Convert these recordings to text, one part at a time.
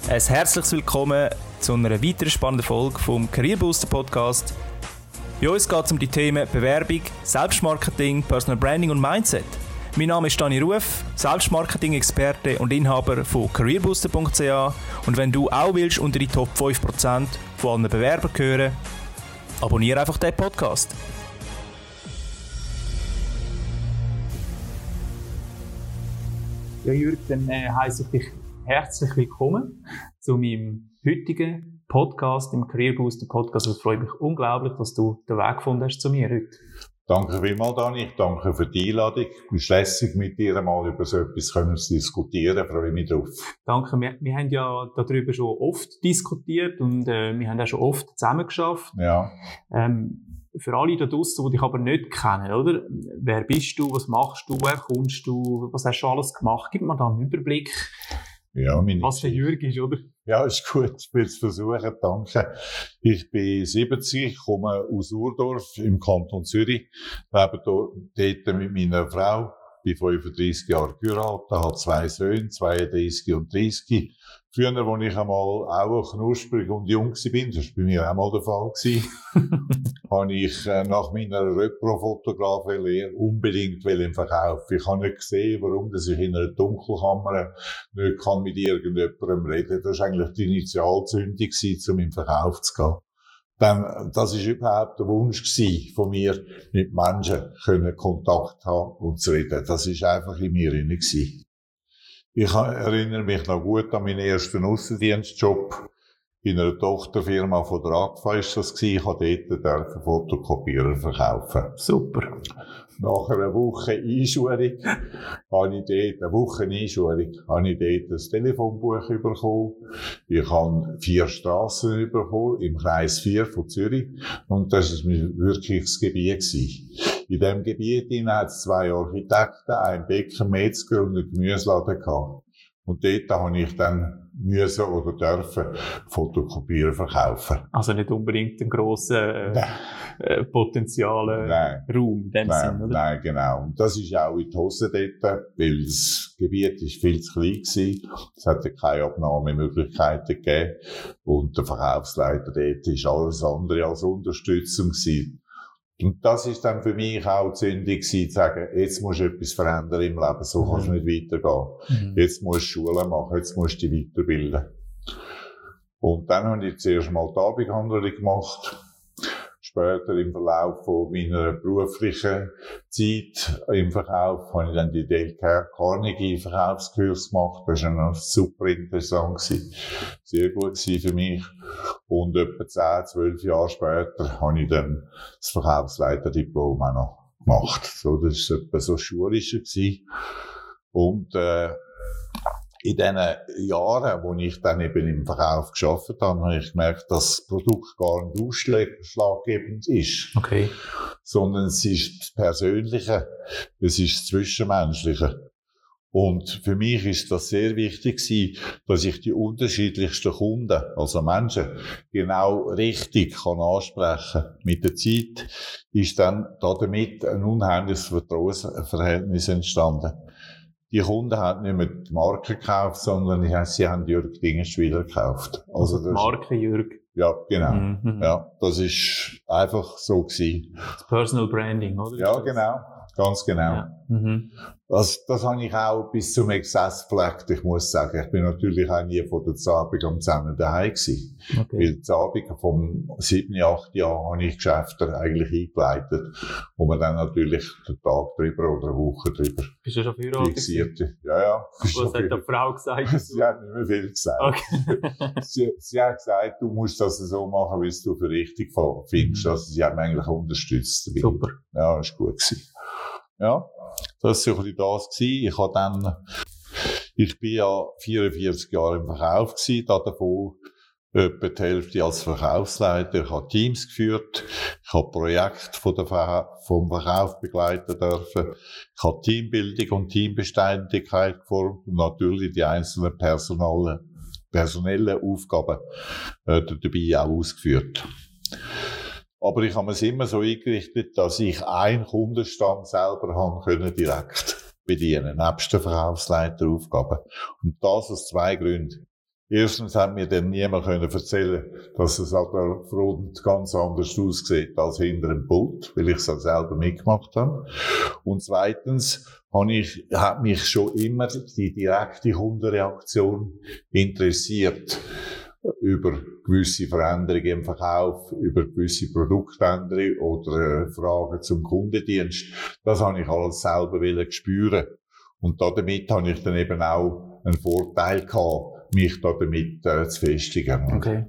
Ein herzliches Willkommen zu einer weiteren spannenden Folge vom Career Booster Podcast. Bei uns geht es um die Themen Bewerbung, Selbstmarketing, Personal Branding und Mindset. Mein Name ist Dani Ruf, Selbstmarketing-Experte und Inhaber von careerbooster.ch. Und wenn du auch willst unter die Top 5% von allen Bewerbern gehören, abonniere einfach den Podcast. Ja, Jürg, dann heisse ich dich herzlich willkommen zu meinem heutigen Podcast, im Career Booster Podcast. Es freut mich unglaublich, dass du den Weg gefunden hast zu mir heute. Danke vielmals, Dani. Ich danke für die Einladung. Es ist lässig, mit dir mal über so etwas zu diskutieren. Ich freue mich drauf. Danke. Wir haben ja darüber schon oft diskutiert und wir haben auch schon oft zusammen geschafft. Ja. Für alle da draussen, die dich aber nicht kennen, oder? Wer bist du? Was machst du? Woher kommst du? Was hast du alles gemacht? Gib mir da einen Überblick. Ja, was der Jürg ist, oder? Ja, ist gut. Ich will es versuchen. Danke. Ich bin 70, komme aus Urdorf im Kanton Zürich, lebe dort mit meiner Frau. Bin 35 Jahre geheiratet, habe 2 Söhne, 32 und 30. Früher, als ich einmal auch knusprig und jung war, das war bei mir auch mal der Fall, habe ich nach meiner Retro-Fotografie-Lehre unbedingt im Verkauf. Ich habe nicht gesehen, warum dass ich in einer Dunkelkammer nicht kann mit irgendjemandem reden. Das war eigentlich die Initialzündung, um im Verkauf zu gehen. Dann, das war überhaupt der Wunsch von mir, mit Menschen Kontakt haben und zu reden. Das war einfach in mir drin. Ich erinnere mich noch gut an meinen ersten Aussendienstjob. In einer Tochterfirma von der AGFA war das. Ich durfte dort Fotokopierer verkaufen. Super. Nach einer Woche Einschulung habe ich dort ein Telefonbuch bekommen. Ich habe 4 Strassen bekommen, im Kreis 4 von Zürich. Und das war wirklich das Gebiet. In diesem Gebiet hat es 2 Architekten, einen Bäcker, Metzger und einen Gemüseladen gehabt. Und dort habe ich dann dürfen Fotokopieren verkaufen. Also nicht unbedingt einen grossen potenzialen Raum in dem Sinn, oder? Nein, genau. Und das ist auch in die Hose dort, weil das Gebiet ist viel zu klein gewesen. Es hatte keine Abnahmemöglichkeiten gegeben. Und der Verkaufsleiter dort ist alles andere als Unterstützung gewesen. Und das ist dann für mich auch die Zündung gewesen, zu sagen, jetzt musst du etwas verändern im Leben, so kannst du nicht weitergehen. Jetzt musst du Schule machen, jetzt musst du dich weiterbilden. Und dann habe ich zuerst mal die Abendwanderung gemacht. Später im Verlauf von meiner beruflichen Zeit im Verkauf habe ich dann die Dale Carnegie Verkaufskurs gemacht. Das war noch super interessant gewesen. Sehr gut gewesen für mich. Und etwa 10, 12 Jahre später habe ich dann das Verkaufsleiterdiplom auch noch gemacht. So, das war etwa so schulischer gewesen. Und, in den Jahren, wo ich dann eben im Verkauf gearbeitet habe, habe ich gemerkt, dass das Produkt gar nicht ausschlaggebend ist. Okay. Sondern es ist das Persönliche, es ist das Zwischenmenschliche. Und für mich ist das sehr wichtig gewesen, dass ich die unterschiedlichsten Kunden, also Menschen, genau richtig kann ansprechen. Mit der Zeit ist dann damit ein unheimliches Vertrauensverhältnis entstanden. Die Kunden haben nicht mehr die Marke gekauft, sondern sie haben Jürg Dingenschwiler gekauft. Also die Marke Jürg. Ja, genau. Ja, das ist einfach so gewesen. Das Personal Branding, oder? Ja, genau. Ganz genau. Ja. Das habe ich auch bis zum Exzess gepflegt, ich muss sagen. Ich bin natürlich auch nie von der Zabig am 10 daheim gewesen. Okay. Weil die Zabig vom 7, 8 Jahren habe ich Geschäfte eigentlich eingeleitet, wo man dann natürlich den Tag drüber oder eine Woche drüber Bist du schon verheiratet? Ja. Was hat die Frau gesagt? Sie hat nicht mehr viel gesagt. Okay. sie hat gesagt, du musst das so machen, wie es du für richtig findest. Also sie hat mich eigentlich unterstützt dabei. Super. Ja, das war gut gewesen. Ja, das war so ein bisschen das. Ich bin ja 44 Jahre im Verkauf gewesen, davon etwa die Hälfte als Verkaufsleiter. Ich habe Teams geführt, ich habe Projekte vom Verkauf begleiten dürfen, ich habe Teambildung und Teambeständigkeit geformt und natürlich die einzelnen personellen Aufgaben dabei auch ausgeführt. Aber ich habe es immer so eingerichtet, dass ich einen Kundenstamm selber haben können direkt bedienen, nebst den Verkaufsleiteraufgaben. Und das aus 2 Gründen. Erstens hat mir dann niemand erzählen können, dass es an der Front ganz anders aussieht als hinter dem Pult, weil ich es auch selber mitgemacht habe. Und zweitens hat mich schon immer die direkte Kundenreaktion interessiert. Über gewisse Veränderungen im Verkauf, über gewisse Produktänderungen oder Fragen zum Kundendienst. Das habe ich alles selber spüren. Und damit habe ich dann eben auch einen Vorteil gehabt, mich damit zu festigen. Okay.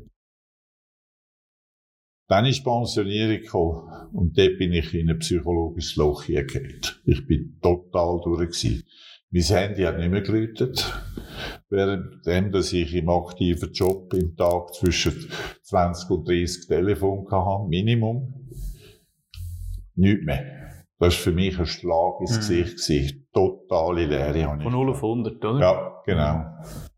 Dann ist die Pensionierung gekommen und dort bin ich in ein psychologisches Loch gefallen. Ich bin total durch gewesen. Mein Handy hat nicht mehr geläutet. Währenddem, dass ich im aktiven Job im Tag zwischen 20 und 30 Telefone hatte, Minimum. Nichts mehr. Das war für mich ein Schlag ins Gesicht gewesen. Totale Leere. Von 0 auf 100, oder? Ja, genau.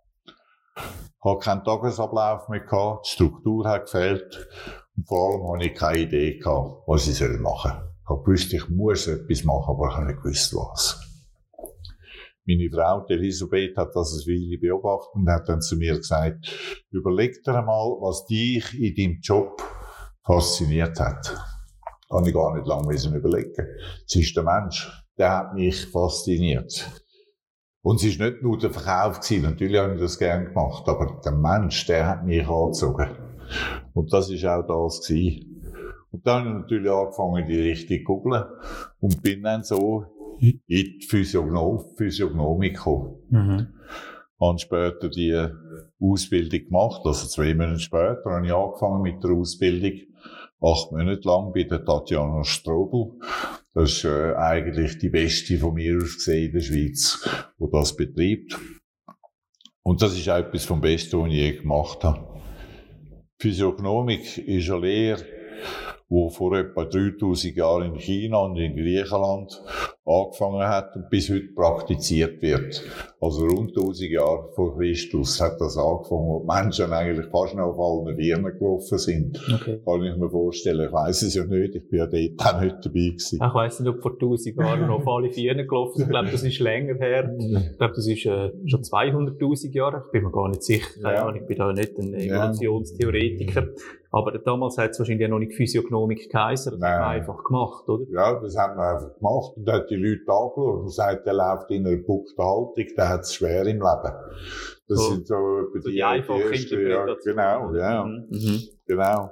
Ich hatte keinen Tagesablauf mehr gehabt, die Struktur hat gefehlt. Und vor allem hatte ich keine Idee gehabt, was ich machen soll. Ich habe gewusst, ich muss etwas machen, aber ich habe nicht gewusst, was. Meine Frau, Elisabeth, hat das eine Weile beobachtet und hat dann zu mir gesagt, überleg dir einmal, was dich in deinem Job fasziniert hat. Kann ich gar nicht lange überlegen. Es ist der Mensch, der hat mich fasziniert. Und es war nicht nur der Verkauf gewesen. Natürlich habe ich das gerne gemacht, aber der Mensch, der hat mich angezogen. Und das war auch das gewesen. Und dann habe ich natürlich angefangen, die Richtung zu googeln und bin dann so in die Physiognomik gekommen. Mhm. Habe später die Ausbildung gemacht, also 2 Monate später habe ich angefangen mit der Ausbildung. 8 Monate lang bei der Tatjana Strobel. Das ist eigentlich die beste von mir aus gesehen in der Schweiz, die das betreibt. Und das ist auch etwas vom Besten, was ich je gemacht habe. Physiognomik ist eine Lehre, die vor etwa 3000 Jahren in China und in Griechenland angefangen hat und bis heute praktiziert wird. Also rund 1000 Jahre vor Christus hat das angefangen, wo die Menschen eigentlich fast noch auf allen Viren gelaufen sind. Okay. Kann ich mir vorstellen. Ich weiss es ja nicht, ich bin ja dort auch nicht dabei gewesen. Ich weiss nicht, ob vor 1000 Jahren noch auf alle Viren gelaufen sind. Ich glaube, das ist länger her. Ich glaube, das ist schon 200'000 Jahre. Ich bin mir gar nicht sicher. Ja. Ich bin da nicht ein Evolutionstheoretiker. Aber damals hat es wahrscheinlich noch nicht Physiognomik geheißen. Das hat man einfach gemacht, oder? Ja, das hat man einfach gemacht. Und hat die Leute angeschaut und gesagt, der läuft in einer gebuckten Haltung, der hat es schwer im Leben. Das sind so die einfache Interpretation. Ja, genau, ja. Genau.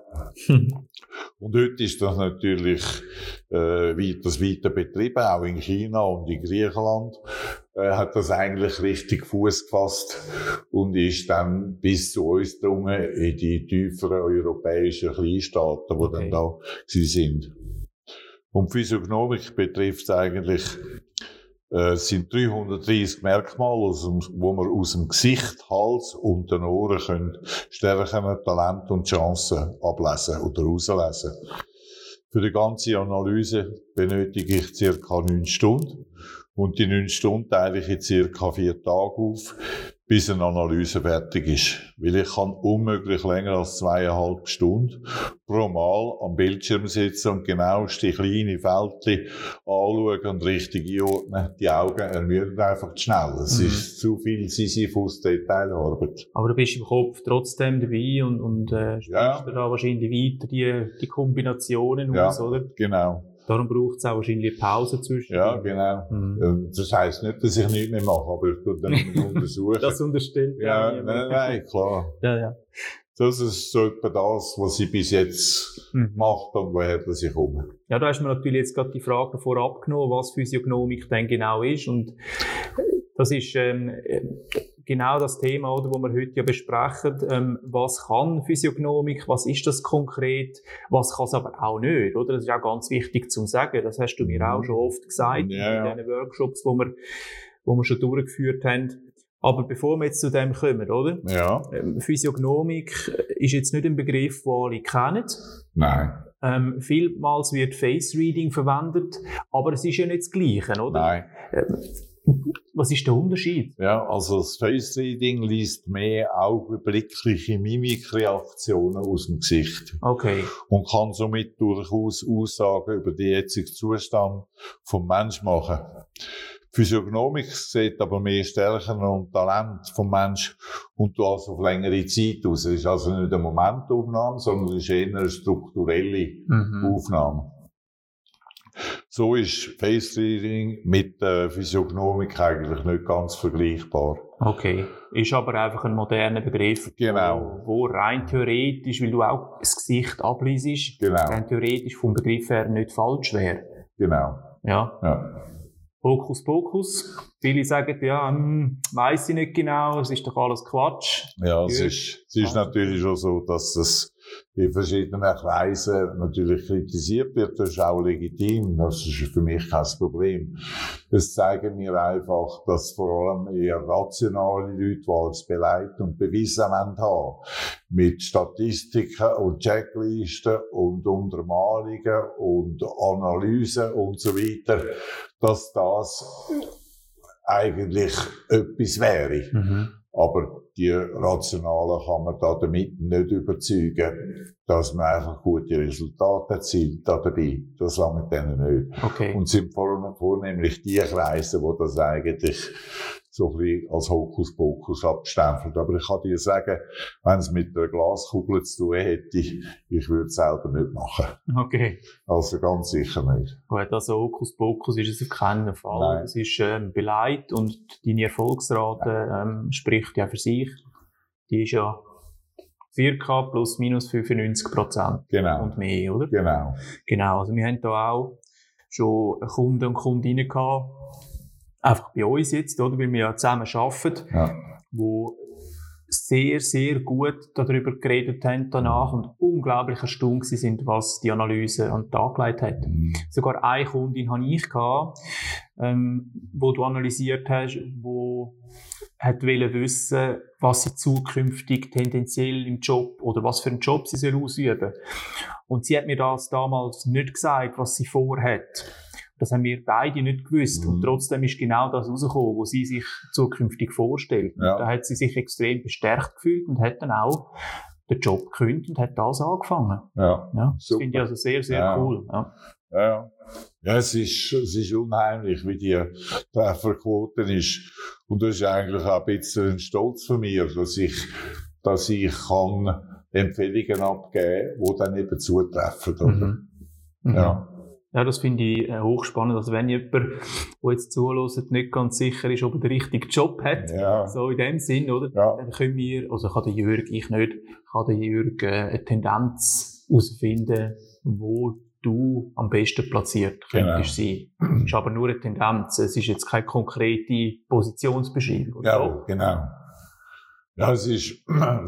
Und heute ist das natürlich weiter betrieben, auch in China und in Griechenland. Hat das eigentlich richtig Fuß gefasst und ist dann bis zu uns gedrungen in die tieferen europäischen Kleinstaaten, die dann da sind. Und Physiognomik betrifft eigentlich, es sind 330 Merkmale, wo man aus dem Gesicht, Hals und den Ohren Stärken, Talent und Chancen ablesen oder herauslesen. Für die ganze Analyse benötige ich ca. 9 Stunden. Und die 9 Stunden teile ich in ca. 4 Tage auf, bis eine Analyse fertig ist. Weil ich kann unmöglich länger als 2,5 Stunden pro Mal am Bildschirm sitzen und genau die kleinen Fältchen anschauen und richtig einordnen. Die Augen ermüden einfach zu schnell. Es ist zu viel Sisyphus Detailarbeit. Aber du bist im Kopf trotzdem dabei und spielst da wahrscheinlich weiter die Kombinationen aus, oder? Genau. Darum braucht es auch wahrscheinlich eine Pause zwischen. Ja, genau. Das heisst nicht, dass ich nichts mehr mache, aber ich tue dann untersuchen. Das unterstellt nein, klar. Ja. Das ist so etwa das, was ich bis jetzt gemacht und woher dass ich komme. Ja, da hast du mir natürlich jetzt gerade die Frage davor abgenommen, was Physiognomik denn genau ist. Und das ist genau das Thema, oder, wo wir heute ja besprechen. Was kann Physiognomik? Was ist das konkret? Was kann es aber auch nicht, oder? Das ist auch ganz wichtig zu sagen. Das hast du mir auch schon oft gesagt in den Workshops, wo wir schon durchgeführt haben. Aber bevor wir jetzt zu dem kommen, oder? Ja. Physiognomik ist jetzt nicht ein Begriff, den alle kennen. Nein. Vielmals wird Face Reading verwendet, aber es ist ja nicht das Gleiche, oder? Nein. Was ist der Unterschied? Ja, also das Face Reading liest mehr augenblickliche Mimikreaktionen aus dem Gesicht. Okay. Und kann somit durchaus Aussagen über den jetzigen Zustand vom Menschen machen. Physiognomik sieht aber mehr Stärken und Talent vom Menschen und das auf längere Zeit aus. Es ist also nicht eine Momentaufnahme, sondern es ist eher eine strukturelle Aufnahme. So ist Face Reading mit der Physiognomik eigentlich nicht ganz vergleichbar. Okay. Ist aber einfach ein moderner Begriff. Genau. Wo rein theoretisch, weil du auch das Gesicht abliest, Genau. rein theoretisch vom Begriff her nicht falsch wäre. Genau. Ja. Hokus Pokus. Viele sagen, ja, weiss ich nicht genau, es ist doch alles Quatsch. Ja, es ist natürlich schon so, dass es in verschiedenen Kreisen natürlich kritisiert wird. Das ist auch legitim. Das ist für mich kein Problem. Es zeigen mir einfach, dass vor allem eher rationale Leute, die als Beleit und Beweise haben, mit Statistiken und Checklisten und Untermalungen und Analysen und so weiter, dass das eigentlich etwas wäre. Aber die Rationalen kann man da damit nicht überzeugen, dass man einfach gute Resultate erzielt dabei. Das langt denen nicht. Okay. Und sind vornehmlich die Kreise, die das eigentlich so ein bisschen als Hokuspokus abstempelt. Aber ich kann dir sagen, wenn es mit einer Glaskugel zu tun hätte, ich würde es selber nicht machen. Okay. Also ganz sicher nicht. Gut, also Hokuspokus ist es auf keinen Fall. Nein. Es ist Beleit und deine Erfolgsrate spricht ja für sich. Die ist ja circa plus minus 95% Genau. und mehr, oder? Genau. Genau, also wir haben da auch schon Kunden und Kundinnen gehabt, einfach bei uns jetzt, oder, weil wir ja zusammen arbeiten, wo sehr, sehr gut darüber geredet haben danach und unglaublich erstaunt sind, was die Analyse an den Tag gelegt hat. Sogar eine Kundin hatte ich gehabt, wo du analysiert hast, wo hat wissen, was sie zukünftig tendenziell im Job oder was für einen Job sie ausüben soll. Und sie hat mir das damals nicht gesagt, was sie vorhat. Das haben wir beide nicht gewusst. Und trotzdem ist genau das rausgekommen, was sie sich zukünftig vorstellt. Ja. Da hat sie sich extrem bestärkt gefühlt und hat dann auch den Job gekündigt und hat das angefangen. Ja. Das finde ich also sehr, sehr cool. Ja, es ist unheimlich, wie die Trefferquote ist. Und das ist eigentlich auch ein bisschen ein Stolz von mir, dass ich kann Empfehlungen abgeben, die dann eben zutreffen. Ja. Ja, das finde ich hochspannend. Also wenn jemand, der jetzt zuhört, nicht ganz sicher ist, ob er den richtigen Job hat, so in dem Sinn, oder? Dann können wir, also kann der Jürg, ich nicht, kann der Jürg eine Tendenz herausfinden, wo du am besten platziert könntest sein. Es ist aber nur eine Tendenz. Es ist jetzt keine konkrete Positionsbeschreibung. Oder? Ja, genau. Ja, es ist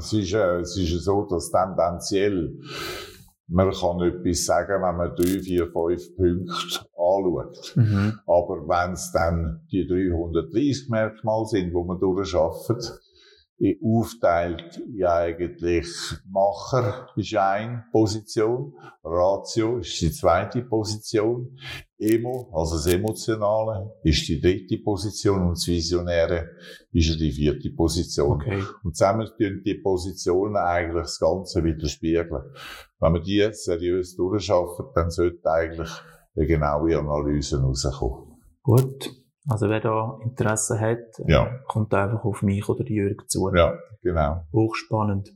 so, dass tendenziell man kann etwas sagen, wenn man 3, 4, 5 Punkte anschaut. Aber wenn es dann die 330 Merkmale sind, die man durcharbeitet, aufteilt in eigentlich Macher ist eine Position, Ratio ist die zweite Position, Emo, also das Emotionale, ist die dritte Position und das Visionäre ist die vierte Position. Okay. Und zusammen tun die Positionen eigentlich das Ganze widerspiegeln. Wenn man die seriös durcharbeitet, dann sollte eigentlich eine genaue Analyse rauskommen. Gut. Also wer da Interesse hat, kommt einfach auf mich oder die Jürg zu. Ja, genau. Hochspannend.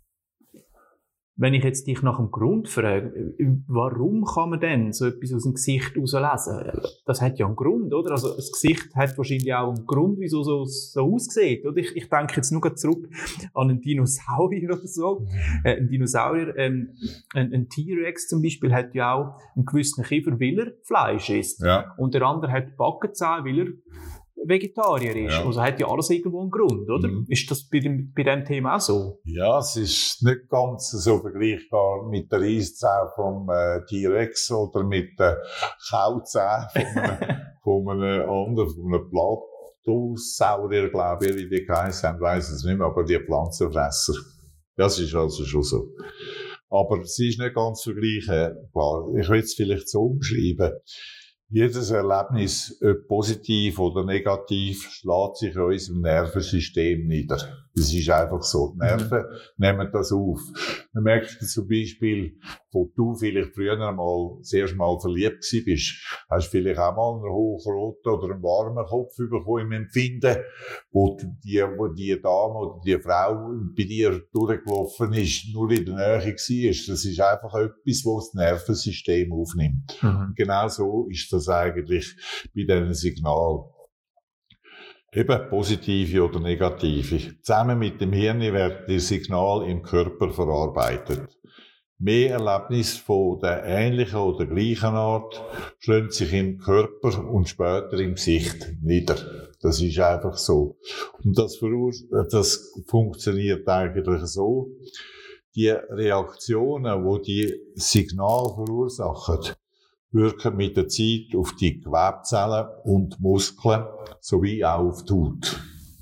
Wenn ich jetzt dich nach dem Grund frage, warum kann man denn so etwas aus dem Gesicht herauslesen? Das hat ja einen Grund, oder? Also das Gesicht hat wahrscheinlich auch einen Grund, wieso so aussieht, oder? Ich denke jetzt nur zurück an einen Dinosaurier oder so. Ein Dinosaurier, ein T-Rex zum Beispiel hat ja auch einen gewissen Kiefer, weil er Fleisch isst. Ja. Und der andere hat Backenzähne, weil er Vegetarier ist. Ja. Also hat ja alles irgendwo einen Grund, oder? Ist das bei dem Thema auch so? Ja, es ist nicht ganz so vergleichbar mit der Reisszähne vom T-Rex oder mit den Kauzähnen von einem anderen, von einem Platosaurier, glaube ich, wie die geheißen haben, weiss es nicht mehr, aber die Pflanzenfresser. Das ist also schon so. Aber es ist nicht ganz vergleichbar. Ich will es vielleicht so umschreiben. Jedes Erlebnis, ob positiv oder negativ, schlägt sich in unserem Nervensystem nieder. Das ist einfach so. Die Nerven nehmen das auf. Man merkt zum Beispiel, wo du vielleicht früher einmal das erste Mal verliebt gewesen bist, hast du vielleicht auch mal einen hochroten oder einen warmen Kopf bekommen im Empfinden, wo die Dame oder die Frau bei dir durchgelaufen ist, nur in der Nähe war. Das ist einfach etwas, was das Nervensystem aufnimmt. Genau so ist das eigentlich bei diesen Signalen. Eben positive oder negative. Zusammen mit dem Hirn werden die Signale im Körper verarbeitet. Mehr Erlebnisse von der ähnlichen oder gleichen Art schlagen sich im Körper und später im Gesicht nieder. Das ist einfach so. Und das funktioniert eigentlich so. Die Reaktionen, die die Signale verursachen, wirken mit der Zeit auf die Gewebzellen und Muskeln sowie auch auf die Haut.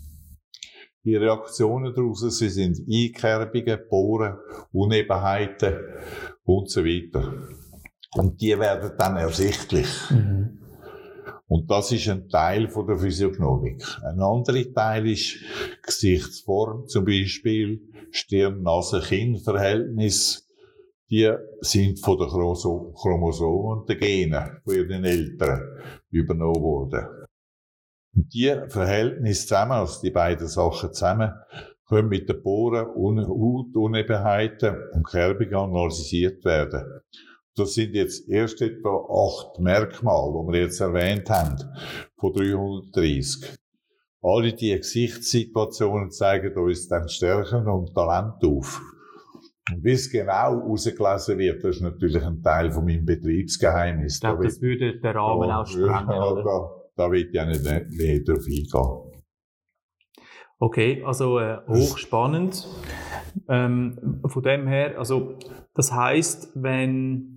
Die Reaktionen daraus sind Einkerbungen, Poren, Unebenheiten und so weiter. Und die werden dann ersichtlich. Und das ist ein Teil von der Physiognomik. Ein anderer Teil ist Gesichtsform, zum Beispiel Stirn-Nase-Kinn-Verhältnis. Die sind von den Chromosomen und den Genen von ihren Eltern übernommen worden. Und die Verhältnisse zusammen, also die beiden Sachen zusammen, können mit den Poren, Hautunebenheiten und Kerbungen analysiert werden. Das sind jetzt erst etwa 8 Merkmale, die wir jetzt erwähnt haben, von 330. Alle diese Gesichtssituationen zeigen uns dann Stärken und Talent auf. Und wie es genau herausgelesen wird, das ist natürlich ein Teil von meinem Betriebsgeheimnis. Ich glaube, das würde den Rahmen auch sprengen, oder? Da will ich ja nicht mehr drauf eingehen. Okay, also hochspannend. Von dem her, also das heisst, wenn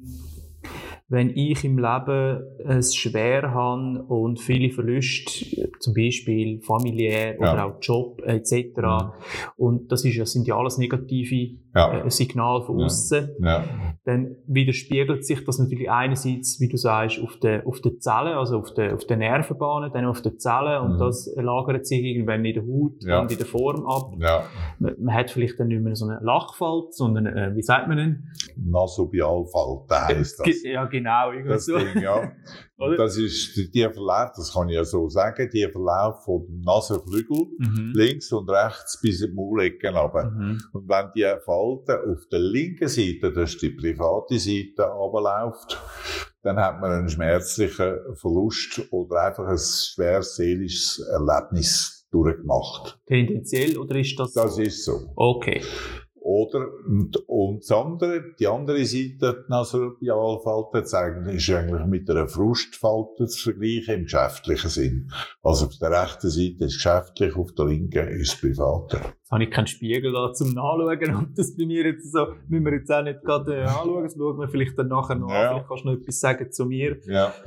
ich im Leben es schwer habe und viele Verluste, zum Beispiel familiär oder auch Job etc. Und das sind ja alles negative Signale von außen, dann widerspiegelt sich das natürlich einerseits, wie du sagst, auf den Zellen, also auf den Nervenbahnen, dann auf den Zellen und das lagert sich irgendwann in der Haut und in der Form ab. Man hat vielleicht dann nicht mehr so einen Lachfalt, sondern, wie sagt man denn? Nasobialfalt, heisst das. Ja, genau. Das so. Ding, ja. Und das ist der Verlauf, das kann ich ja so sagen, der Verlauf vom Nasenflügel links und rechts bis in die Maulecke runter. Und wenn die Falte auf der linken Seite, das ist die private Seite, runterläuft, dann hat man einen schmerzlichen Verlust oder einfach ein schweres seelisches Erlebnis durchgemacht. Tendenziell, oder ist das so? Das ist so. Okay. Oder, und das andere, die andere Seite, die Nasobialfalte, ist eigentlich mit einer Frustfalte zu vergleichen im geschäftlichen Sinn. Also auf der rechten Seite ist geschäftlich, auf der linken ist private. Jetzt habe ich keinen Spiegel da zum Nachschauen, und das bei mir jetzt so, müssen wir jetzt auch nicht gerade anschauen, das schauen wir vielleicht dann nachher noch an. Vielleicht kannst du noch etwas sagen zu mir. Ja.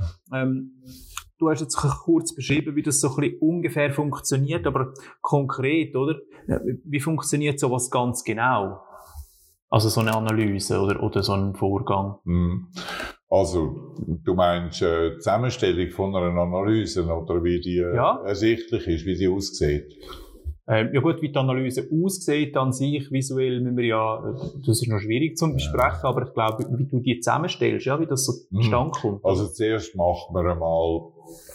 Du hast jetzt kurz beschrieben, wie das so ein bisschen ungefähr funktioniert, aber konkret, oder? Wie funktioniert sowas ganz genau? Also so eine Analyse oder so ein Vorgang? Also, du meinst die Zusammenstellung von einer Analyse oder wie die ersichtlich ist, wie die aussieht? Ja gut, wie die Analyse aussieht an sich, visuell müssen wir das ist noch schwierig zu besprechen, aber ich glaube, wie du die zusammenstellst, wie das so zustande kommt. Also zuerst machen wir einmal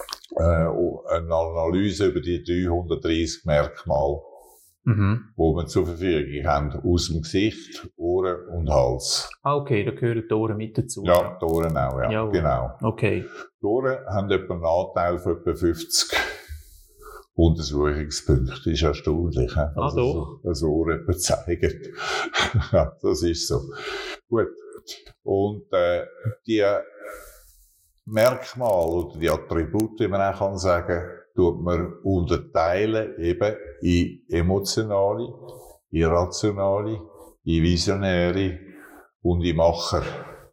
eine Analyse über die 330 Merkmale, die wir zur Verfügung haben, aus dem Gesicht, Ohren und Hals. Ah, okay, da gehören die Ohren mit dazu. Ja, die Ohren auch, ja. Genau. Okay. Die Ohren haben etwa einen Anteil von etwa 50 Untersuchungspunkte. Das ist erstaunlich. Also, so Ohren bezeichnet. Ja, das ist so. Gut. Und die Merkmale oder die Attribute, wie man auch kann sagen, tut man unterteilen eben in emotionale, in rationale, in visionäre und in Macher.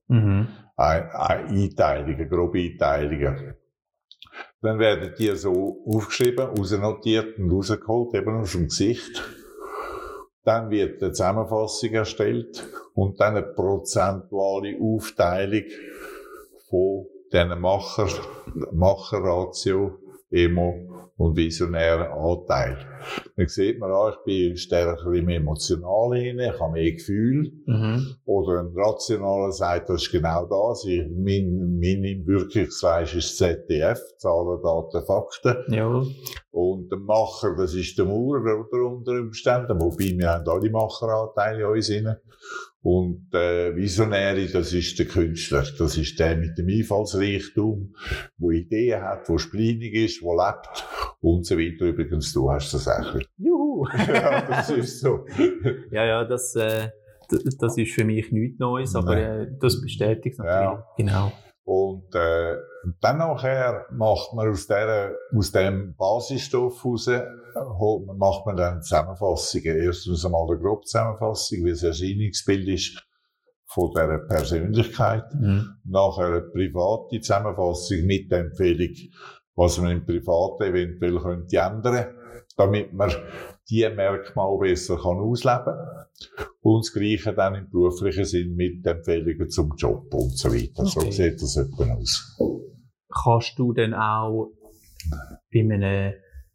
Einteilungen, grobe Einteilungen. Dann werden die so aufgeschrieben, rausnotiert und rausgeholt, eben aus dem Gesicht. Dann wird eine Zusammenfassung erstellt und dann eine prozentuale Aufteilung von diesen Macherratio, Emo und visionären Anteil. Dann sieht man auch, ich bin stärker im Emotionalen hin, ich habe mehr Gefühl. Oder ein Rationaler sagt, das ist genau das. Meine Wirkungsweise ist ZDF, Zahlen, Daten, Fakten. Ja. Und der Macher, das ist der Maurer unter Umständen, wobei wir haben alle Macheranteile in uns drin. Und Visionäre, das ist der Künstler. Das ist der mit dem Einfallsreichtum, der Ideen hat, der splinig ist, der lebt und so weiter. Übrigens, du hast das auch. Juhu! Ja, das ist so. Ja, das ist für mich nichts Neues, aber das bestätigt natürlich. Ja. Genau. Und dann nachher macht man aus dem Basisstoff raus, macht man dann Zusammenfassungen. Erstens einmal eine grobe Zusammenfassung, wie das Erscheinungsbild ist von dieser Persönlichkeit. Nachher eine private Zusammenfassung mit der Empfehlung, was man im Privaten eventuell könnte ändern, damit man die Merkmale besser ausleben kann. Und das Gleiche dann im beruflichen Sinn mit Empfehlungen zum Job und so weiter. Okay. So sieht das etwa aus. Kannst du denn auch bei einem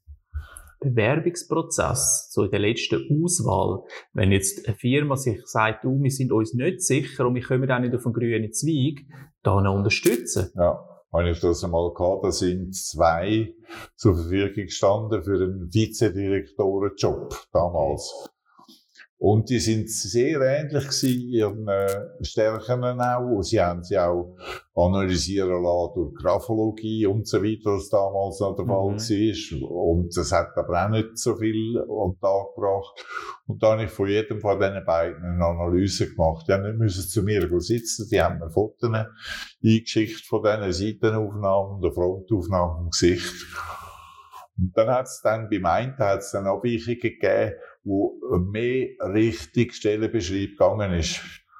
Bewerbungsprozess, so in der letzten Auswahl, wenn jetzt eine Firma sich sagt, wir sind uns nicht sicher und wir kommen auch nicht auf einen grünen Zweig, da noch unterstützen? Ja. Habe ich das einmal gehabt, da sind 2 zur Verfügung gestanden für einen Vizedirektorenjob damals. Und die sind sehr ähnlich gewesen, ihren Stärken auch. Sie haben sie auch analysieren lassen durch Graphologie und so weiter, was damals noch der Fall war. Und das hat aber auch nicht so viel an den Tag gebracht. Und da habe ich von jedem von diesen beiden eine Analyse gemacht. Die haben nicht müssen zu mir sitzen, die haben mir Fotos eingeschickt von diesen Seitenaufnahmen und der Frontaufnahme im Gesicht. Und dann hat es dann beim einen Abweichungen gegeben, wo mehr richtig Stellenbeschreib gegangen ist.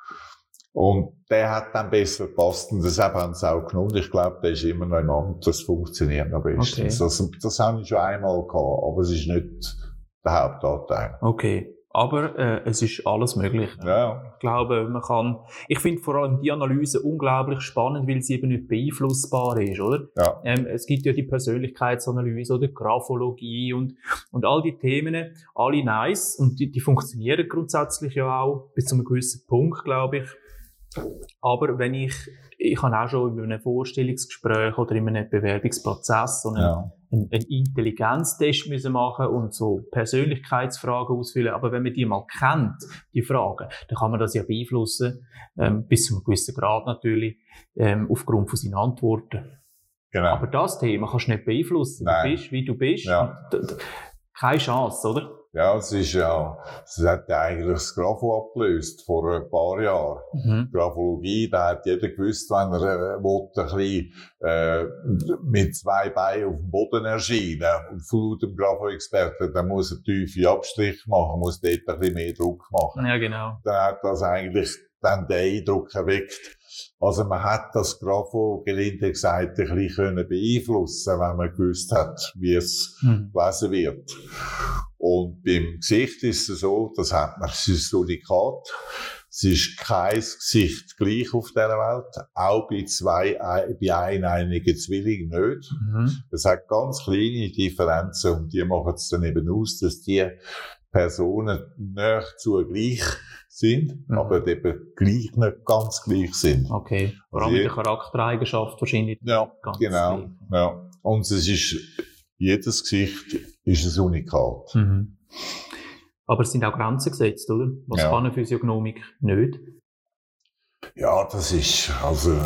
Und der hat dann besser gepasst und deshalb haben sie auch genommen. Ich glaube, der ist immer noch im Amt, das funktioniert am besten. Okay. Das habe ich schon einmal gehabt, aber es ist nicht der Hauptanteil. Okay. Aber es ist alles möglich. Ja. Ich glaube, ich finde vor allem die Analyse unglaublich spannend, weil sie eben nicht beeinflussbar ist, oder? Ja. Es gibt ja die Persönlichkeitsanalyse oder Graphologie und all die Themen, alle nice und die funktionieren grundsätzlich ja auch bis zu einem gewissen Punkt, glaube ich. Aber wenn ich habe auch schon in einem Vorstellungsgespräch oder in einem Bewerbungsprozess so einen Intelligenztest müssen machen und so Persönlichkeitsfragen ausfüllen. Aber wenn man die mal kennt, die Fragen, dann kann man das ja beeinflussen, bis zu einem gewissen Grad natürlich, aufgrund von seinen Antworten. Genau. Aber das Thema kannst du nicht beeinflussen. Nein. Du bist, wie du bist. Ja. Keine Chance, oder? Ja, es hat ja eigentlich das Grapho abgelöst vor ein paar Jahren. Graphologie, da hat jeder gewusst, wenn er ein bisschen, mit 2 Beinen auf dem Boden erscheinen. Und von dem Grapho-Experten, dann muss er tiefe Abstriche machen, muss dort ein bisschen mehr Druck machen. Ja, genau. Dann hat das eigentlich dann den Eindruck erweckt. Also man hat das Grapho, gelinde gesagt, ein bisschen beeinflussen, wenn man gewusst hat, wie es gelesen wird. Und beim Gesicht ist es so, es ist ein Unikat. Es ist kein Gesicht gleich auf dieser Welt. Auch bei eineinigen Zwillingen nicht. Es hat ganz kleine Differenzen und die machen es dann eben aus, dass die Personen nahezu gleich sind, aber eben gleich nicht ganz gleich sind. Okay. Vor allem mit der Charaktereigenschaft wahrscheinlich. Ja, ganz genau. Gleich. Ja. Und es ist, jedes Gesicht ist ein Unikat. Aber es sind auch Grenzen gesetzt, oder? Was kann eine Physiognomik nicht? Ja, also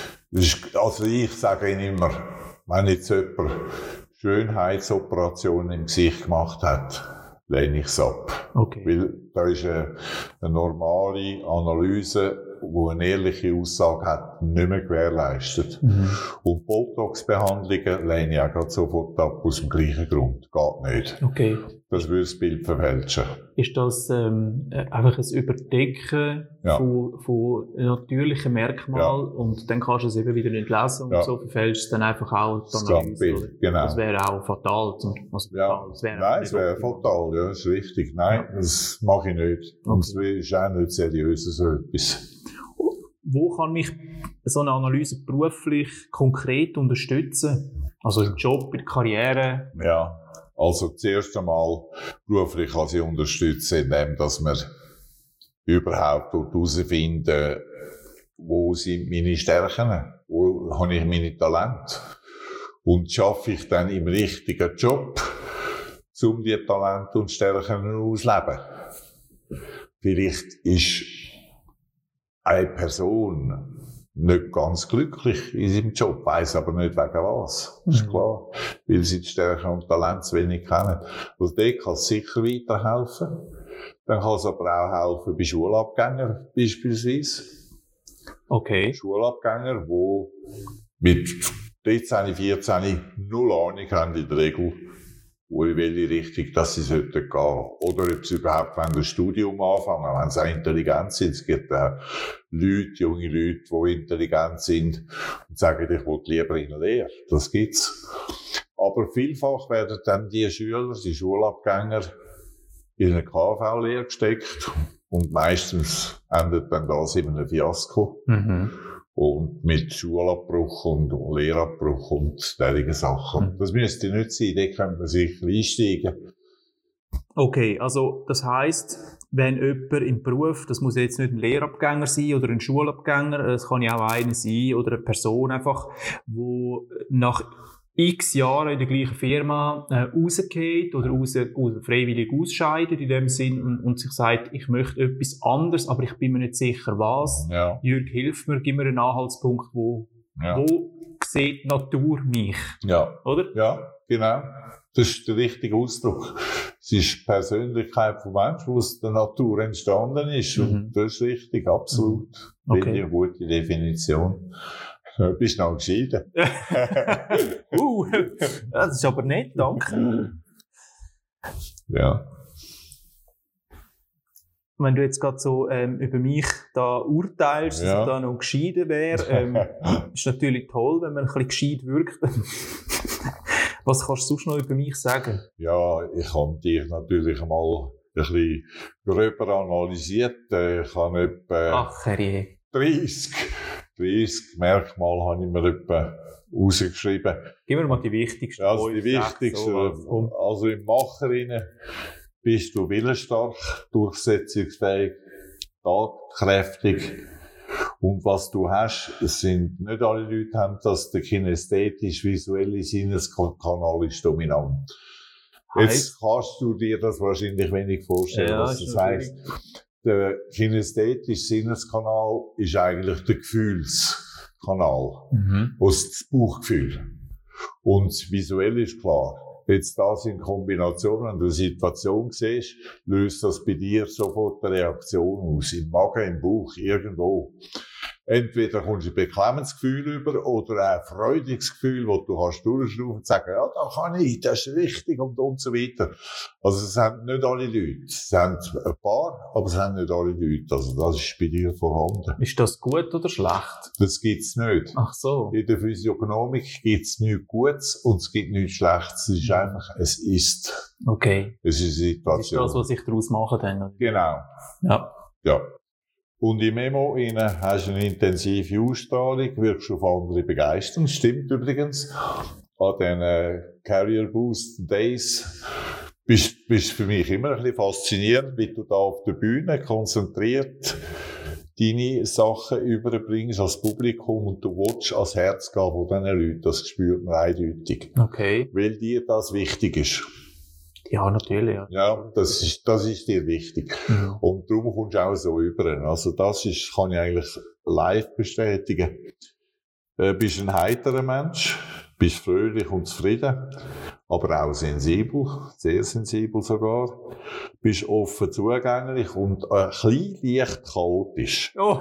ich sage Ihnen immer, wenn jetzt jemand Schönheitsoperationen im Gesicht gemacht hat, lehne ich es ab. Okay. Weil da ist eine normale Analyse, die eine ehrliche Aussage hat, nicht mehr gewährleistet. Und Botox-Behandlungen lehne ich auch gerade sofort ab, aus dem gleichen Grund. Geht nicht. Okay. Das würde das Bild verfälschen. Ist das einfach ein Überdecken von natürlichen Merkmalen und dann kannst du es eben wieder nicht lesen und so verfälscht es dann einfach auch die Analyse. Genau. Das wäre auch fatal. Nein, es wäre fatal, ja, das ist richtig. Nein, das mache ich nicht. Okay. Und es ist auch nicht seriös, so etwas. Wo kann mich so eine Analyse beruflich konkret unterstützen? Also im Job, in der Karriere? Ja, also zuerst einmal beruflich kann ich unterstützen, indem dass wir überhaupt herausfinden, wo sind meine Stärken, wo habe ich meine Talente und schaffe ich dann im richtigen Job, um die Talente und Stärken auszuleben. Vielleicht ist eine Person nicht ganz glücklich in seinem Job, weiss aber nicht wegen was. Ist klar. Weil sie die Stärken und Talente zu wenig kennen. Also dort kann es sicher weiterhelfen. Dann kann es aber auch helfen bei Schulabgängern beispielsweise. Okay. Schulabgänger, die mit 13, 14 null Ahnung haben in der Regel, wo in welche Richtung dass sie gehen sollten. Oder ob sie überhaupt ein Studium anfangen, wenn sie auch intelligent sind. Es gibt Leute, junge Leute, die intelligent sind und sagen, ich will lieber in eine Lehre. Das gibt's. Aber vielfach werden dann die Schüler, die Schulabgänger, in eine KV-Lehre gesteckt. Und meistens endet dann das in einem Fiasko. Und mit Schulabbruch und Lehrabbruch und solche Sachen. Das müsste nicht sein, da könnte man sicher einsteigen. Okay, also das heisst, wenn jemand im Beruf, das muss jetzt nicht ein Lehrabgänger sein oder ein Schulabgänger, es kann ja auch einer sein oder eine Person einfach, wo nach x Jahren in der gleichen Firma rausgeht oder freiwillig ausscheidet in dem Sinn und sich sagt, ich möchte etwas anderes, aber ich bin mir nicht sicher was. Ja. Jürg, hilf mir, gib mir einen Anhaltspunkt, wo sieht die Natur mich? Ja. Oder? Ja, genau. Das ist der richtige Ausdruck. Es ist die Persönlichkeit vom Menschen, die aus der Natur entstanden ist. Und das ist richtig, absolut. Okay. Finde ich eine gute Definition. Du bist noch geschieden. Das ist aber nett, danke. Ja. Wenn du jetzt gerade so über mich da urteilst, dass ich da noch geschieden wäre, ist natürlich toll, wenn man ein bisschen gescheit wirkt. Was kannst du sonst noch über mich sagen? Ja, ich habe dich natürlich mal ein bisschen gröber analysiert. Ich habe etwa 30 Merkmale habe ich mir etwa rausgeschrieben. Gib mir mal die wichtigsten. Also die wichtigsten. Also im Macherinnen bist du willensstark, durchsetzungsfähig, tatkräftig. Und was du hast, es sind nicht alle Leute haben das, der kinästhetisch-visuelle Sinneskanal ist dominant. Jetzt kannst du dir das wahrscheinlich wenig vorstellen, was das heisst. Der kinästhetische Sinneskanal ist eigentlich der Gefühlskanal. Das Bauchgefühl. Und das Visuelle ist klar. Jetzt das in Kombination, wenn du eine Situation siehst, löst das bei dir sofort eine Reaktion aus. Im Magen, im Bauch, irgendwo. Entweder kommst du ein beklemmendes Gefühl über oder ein freudiges Gefühl, wo du kannst durchschrauben und sagen, ja, da kann ich, das ist richtig und so weiter. Also es sind nicht alle Leute. Es sind ein paar, aber es sind nicht alle Leute. Also das ist bei dir vorhanden. Ist das gut oder schlecht? Das gibt's nicht. Ach so. In der Physiognomik gibt's nichts Gutes und es gibt nichts Schlechtes. Es ist einfach, es ist. Okay. Es ist eine Situation. Das ist das, was ich daraus machen dann. Genau. Ja. Und im Memo hast du eine intensive Ausstrahlung, wirkst auf andere begeistern. Stimmt übrigens. An den Career Boost Days bist für mich immer ein bisschen faszinierend, wie du da auf der Bühne konzentriert deine Sachen überbringst als Publikum und du willst ans Herz gehen von diesen Leuten. Das spürt man eindeutig. Okay. Weil dir das wichtig ist. Ja, natürlich, ja. Ja, das ist dir wichtig. Und darum kommst du auch so über. Also das kann ich eigentlich live bestätigen. Bist ein heiterer Mensch, bist fröhlich und zufrieden, aber auch sensibel, sehr sensibel sogar. Bist offen zugänglich und ein bisschen leicht chaotisch. Oh.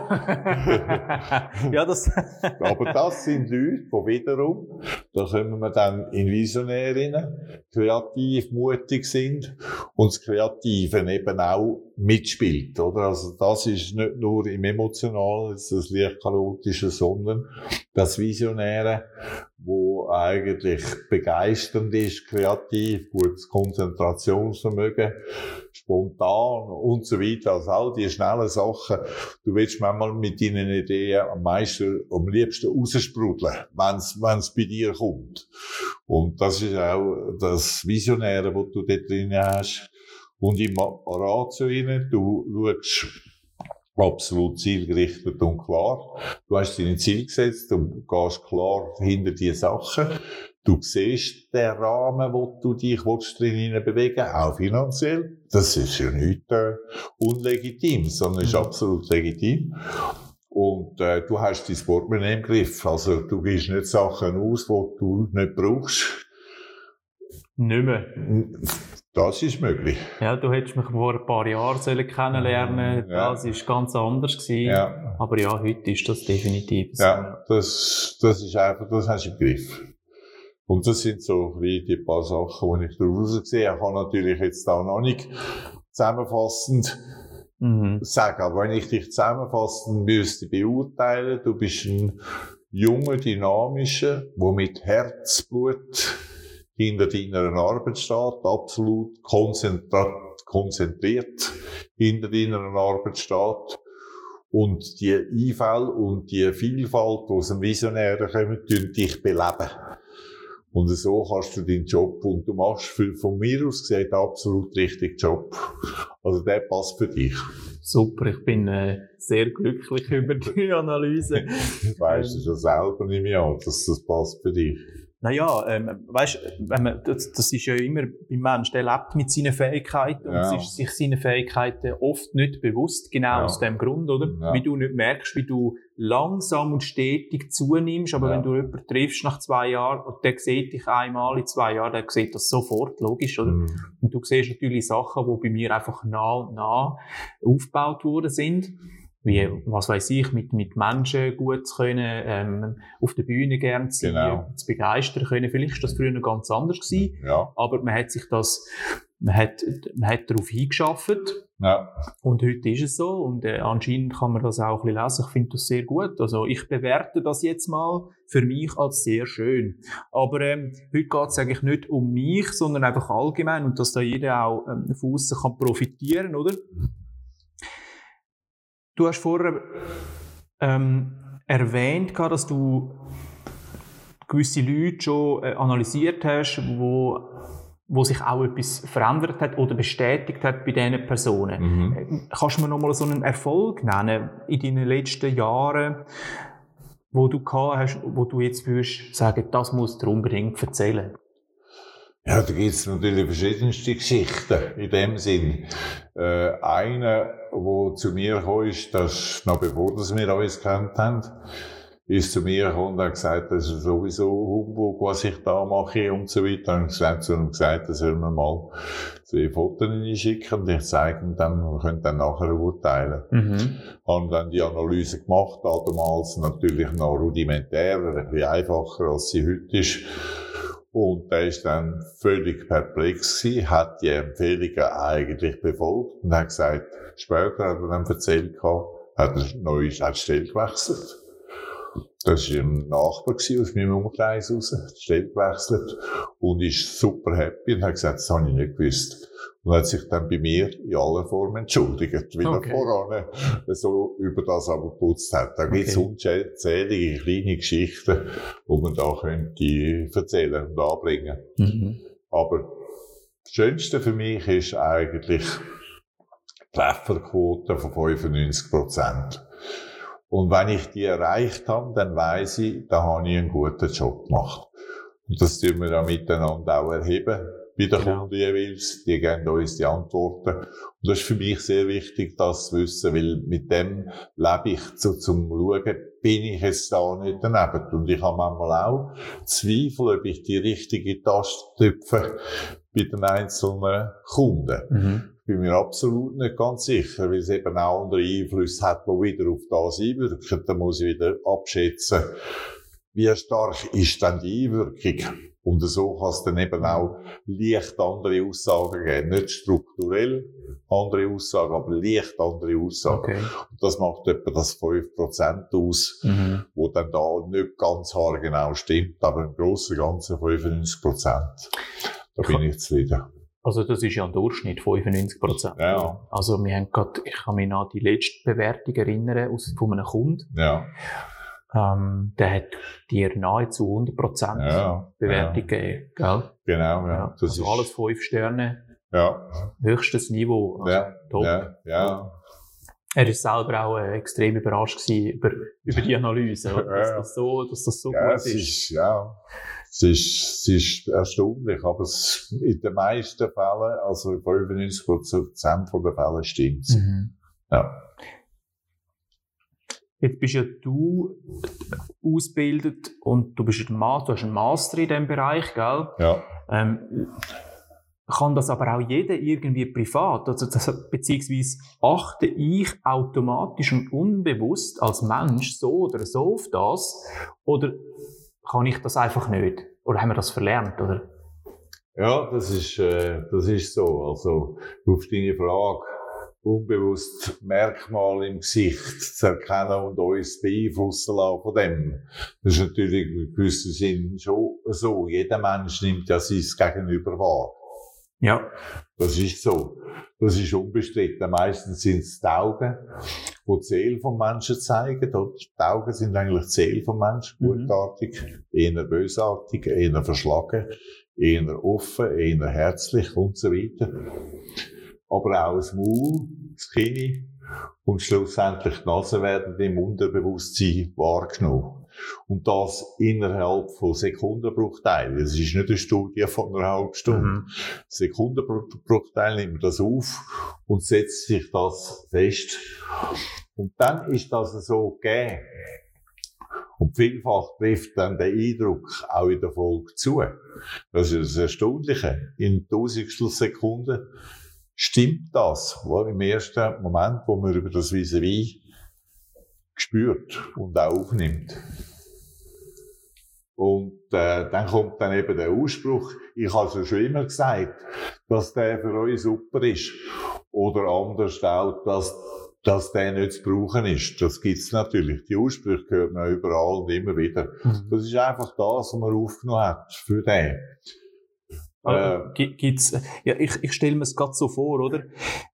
Ja, das. Aber das sind Leute, die wiederum, da kommen wir dann in Visionärinnen, kreativ, mutig sind und das Kreative eben auch mitspielt, oder? Also das ist nicht nur im Emotionalen, das leicht chaotische, sondern das Visionäre, wo eigentlich begeisternd ist, bist kreativ, gutes Konzentrationsvermögen, spontan und so weiter. Also all die schnellen Sachen. Du willst manchmal mit deinen Ideen am liebsten raussprudeln, wenn's bei dir kommt. Und das ist auch das Visionäre, was du dort drin hast. Und im Rat zu ihnen, du schaust absolut zielgerichtet und klar. Du hast deine Ziele gesetzt, du gehst klar hinter die Sachen. Du siehst den Rahmen, wo du dich drin bewegen willst, auch finanziell. Das ist ja nicht unlegitim, sondern ist absolut legitim. Und du hast dein Portemonnaie im Griff. Also du gibst nicht Sachen aus, die du nicht brauchst. Nicht mehr. Das ist möglich. Ja, du hättest mich vor ein paar Jahren kennenlernen sollen. Ja. Das war ganz anders gewesen. Ja. Aber ja, heute ist das definitiv so. Ja, das ist einfach, das hast du im Griff. Und das sind so die paar Sachen, die ich daraus gesehen habe. Ich kann natürlich jetzt da noch nicht zusammenfassend sagen. Aber wenn ich dich zusammenfassend müsste beurteilen, du bist ein junger, dynamischer, der mit Herzblut hinter deiner Arbeit steht, absolut konzentriert hinter deiner Arbeit steht. Und die Einfälle und die Vielfalt, die aus dem Visionären kommen, dich beleben. Und so kannst du deinen Job, und du machst von mir aus gesehen absolut richtigen Job. Also der passt für dich. Super, ich bin sehr glücklich über die Analyse. Weißt du schon selber nicht mehr an, dass das passt für dich. Naja, weißt, das ist ja immer beim Menschen, der lebt mit seinen Fähigkeiten und ist sich seine Fähigkeiten oft nicht bewusst, genau aus dem Grund, oder? Ja. Wie du nicht merkst, wie du langsam und stetig zunimmst, aber wenn du jemanden triffst nach 2 Jahren und der sieht dich einmal in 2 Jahren, der sieht das sofort, logisch, oder? Und du siehst natürlich Sachen, die bei mir einfach nah und nah aufgebaut worden sind. Wie, was weiss ich, mit Menschen gut zu können, auf der Bühne gern zu sein, zu begeistern können. Vielleicht ist das früher noch ganz anders gewesen. Ja. Aber man hat darauf hingeschafft. Ja. Und heute ist es so. Und, anscheinend kann man das auch ein bisschen lesen. Ich finde das sehr gut. Also, ich bewerte das jetzt mal für mich als sehr schön. Aber, heute geht es eigentlich nicht um mich, sondern einfach allgemein. Und dass da jeder auch, von aussen kann profitieren, oder? Du hast vorher erwähnt, dass du gewisse Leute schon analysiert hast, wo sich auch etwas verändert hat oder bestätigt hat bei diesen Personen. Kannst du mir noch mal so einen Erfolg nennen in deinen letzten Jahren, wo du gehabt hast, wo du jetzt würdest sagen, das musst du unbedingt erzählen? Ja, da gibt's natürlich verschiedenste Geschichten in dem Sinn. Einer, der zu mir gekommen ist, das noch bevor wir uns kennt haben, ist zu mir gekommen und hat gesagt, das ist sowieso Humbug, was ich da mache und so weiter. Und ich habe zu ihm gesagt, da sollen wir mal 2 Fotos schicken und ich zeige ihm dann, wir können dann nachher urteilen. Haben dann die Analyse gemacht, damals natürlich noch rudimentärer, ein bisschen einfacher, als sie heute ist. Und der ist dann völlig perplex gewesen, hat die Empfehlungen eigentlich befolgt und hat gesagt, später hat er dann erzählt, hat er neu die Stelle gewechselt. Das war ein Nachbar aus meinem Umkreis raus, die Stelle gewechselt und ist super happy und hat gesagt, das habe ich nicht gewusst. Und hat sich dann bei mir in aller Form entschuldigt, weil er voran so über das aber geputzt hat. Da gibt's unzählige kleine Geschichten, die man da könnte erzählen und anbringen. Aber das Schönste für mich ist eigentlich die Trefferquote von 95%. Und wenn ich die erreicht habe, dann weiss ich, da habe ich einen guten Job gemacht. Und das tun wir dann miteinander auch erheben. Bei den Kunden jeweils, die geben uns die Antworten. Und das ist für mich sehr wichtig, das zu wissen, weil mit dem lebe ich zum Schauen, bin ich jetzt da nicht daneben. Und ich habe manchmal auch Zweifel, ob ich die richtige Taste drücke bei den einzelnen Kunden. Ich bin mir absolut nicht ganz sicher, weil es eben auch andere Einflüsse hat, die wieder auf das einwirken. Da muss ich wieder abschätzen, wie stark ist denn die Einwirkung? Und so kann es dann eben auch leicht andere Aussagen geben. Nicht strukturell andere Aussagen, aber leicht andere Aussagen. Okay. Und das macht etwa das 5% aus, wo dann da nicht ganz haargenau stimmt, aber im Grossen und Ganzen 95%. Da bin ich zufrieden. Also das ist ja ein Durchschnitt, 95%. Ja. Also wir haben gerade, ich kann mich an die letzte Bewertung erinnern von einem Kunden. Ja. Der hat dir nahezu 100% Bewertung gegeben, gell? Genau, ja. Das also ist alles 5 Sterne. Ja. Höchstes Niveau. Also top. Ja. Er war selber auch extrem überrascht über die Analyse, dass das so gut ist. Es ist erstaunlich, aber in den meisten Fällen, also 95% der Fälle stimmt es. Ja. Jetzt bist ja du ausgebildet und du hast einen Master in diesem Bereich, gell? Ja. Kann das aber auch jeder irgendwie privat, also beziehungsweise achte ich automatisch und unbewusst als Mensch so oder so auf das, oder kann ich das einfach nicht? Oder haben wir das verlernt, oder? Ja, das ist so. Also, auf deine Frage, unbewusst Merkmale im Gesicht zu erkennen und uns beeinflussen lassen von dem. Das ist natürlich in gewissem Sinn schon so. Jeder Mensch nimmt ja sein Gegenüber wahr. Ja. Das ist so. Das ist unbestritten. Meistens sind es die Augen, die die Seele vom Menschen zeigen. Die Augen sind eigentlich die Seele vom Menschen. Gutartig, eher bösartig, eher verschlagen, eher offen, eher herzlich und so weiter. Aber auch das Maul, das Kinn und schlussendlich die Nase werden im Unterbewusstsein wahrgenommen. Und das innerhalb von Sekundenbruchteilen. Das ist nicht eine Studie von einer halben Stunde. Sekundenbruchteilen nimmt man das auf und setzt sich das fest. Und dann ist das so gegeben. Und vielfach trifft dann der Eindruck auch in der Folge zu. Das ist das Erstaunliche. In Tausendstel Sekunden stimmt das, im ersten Moment, wo man über das Vis-à-vis spürt und auch aufnimmt. Und dann kommt dann eben der Ausspruch, ich habe es ja schon immer gesagt, dass der für uns super ist. Oder anders auch, dass der nicht zu brauchen ist. Das gibt's natürlich. Die Aussprüche hört man überall und immer wieder. Das ist einfach das, was man aufgenommen hat für den. Gibt's, ja, ich stelle mir es gerade so vor, oder?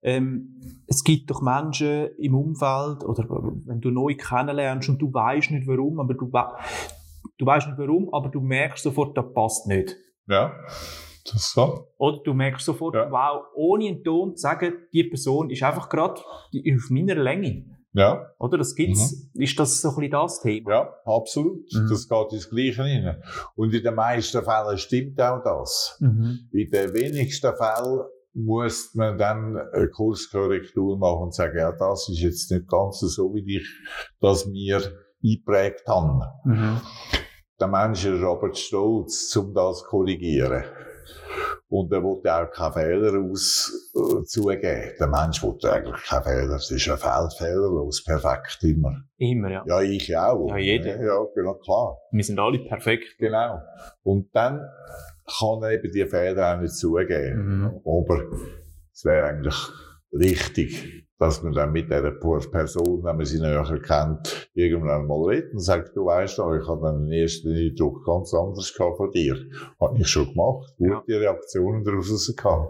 Es gibt doch Menschen im Umfeld, oder wenn du neu kennenlernst und du weißt nicht warum, aber du weißt nicht warum, aber du merkst sofort, das passt nicht. Ja, das ist so. Oder du merkst sofort, wow, ohne einen Ton zu sagen, die Person ist einfach gerade auf meiner Länge. Ja. Oder? Das gibt's. Ist das so ein bisschen das Thema? Ja, absolut. Das geht ins Gleiche rein. Und in den meisten Fällen stimmt auch das. In den wenigsten Fällen muss man dann eine Kurskorrektur machen und sagen, ja, das ist jetzt nicht ganz so, wie ich das mir eingeprägt habe. Der Mensch ist aber zu stolz, um das zu korrigieren. Und er will auch keine Fehler zugeben. Der Mensch will eigentlich keine Fehler. Es ist ein fehlerlos, perfekt, immer. Immer, ja. Ja, ich auch. Ja, jeder. Ja, genau, klar. Wir sind alle perfekt. Genau. Und dann kann er eben die Fehler auch nicht zugeben. Aber es wäre eigentlich richtig, dass man dann mit dieser Person, wenn man sie näher kennt, irgendwann mal redet und sagt, du weisst doch, ich habe dann den ersten Eindruck ganz anders gehabt von dir. Habe ich schon gemacht. Gute Reaktionen daraus gehabt.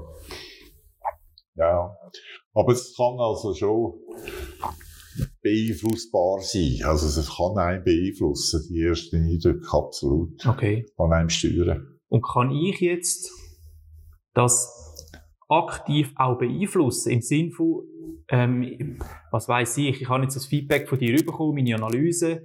Ja. Aber es kann also schon beeinflussbar sein. Also es kann einen beeinflussen, die ersten Eindrücke, absolut. Okay. Kann einem steuern. Und kann ich jetzt das aktiv auch beeinflussen, im Sinne von, was weiss ich habe jetzt das Feedback von dir bekommen, meine Analyse,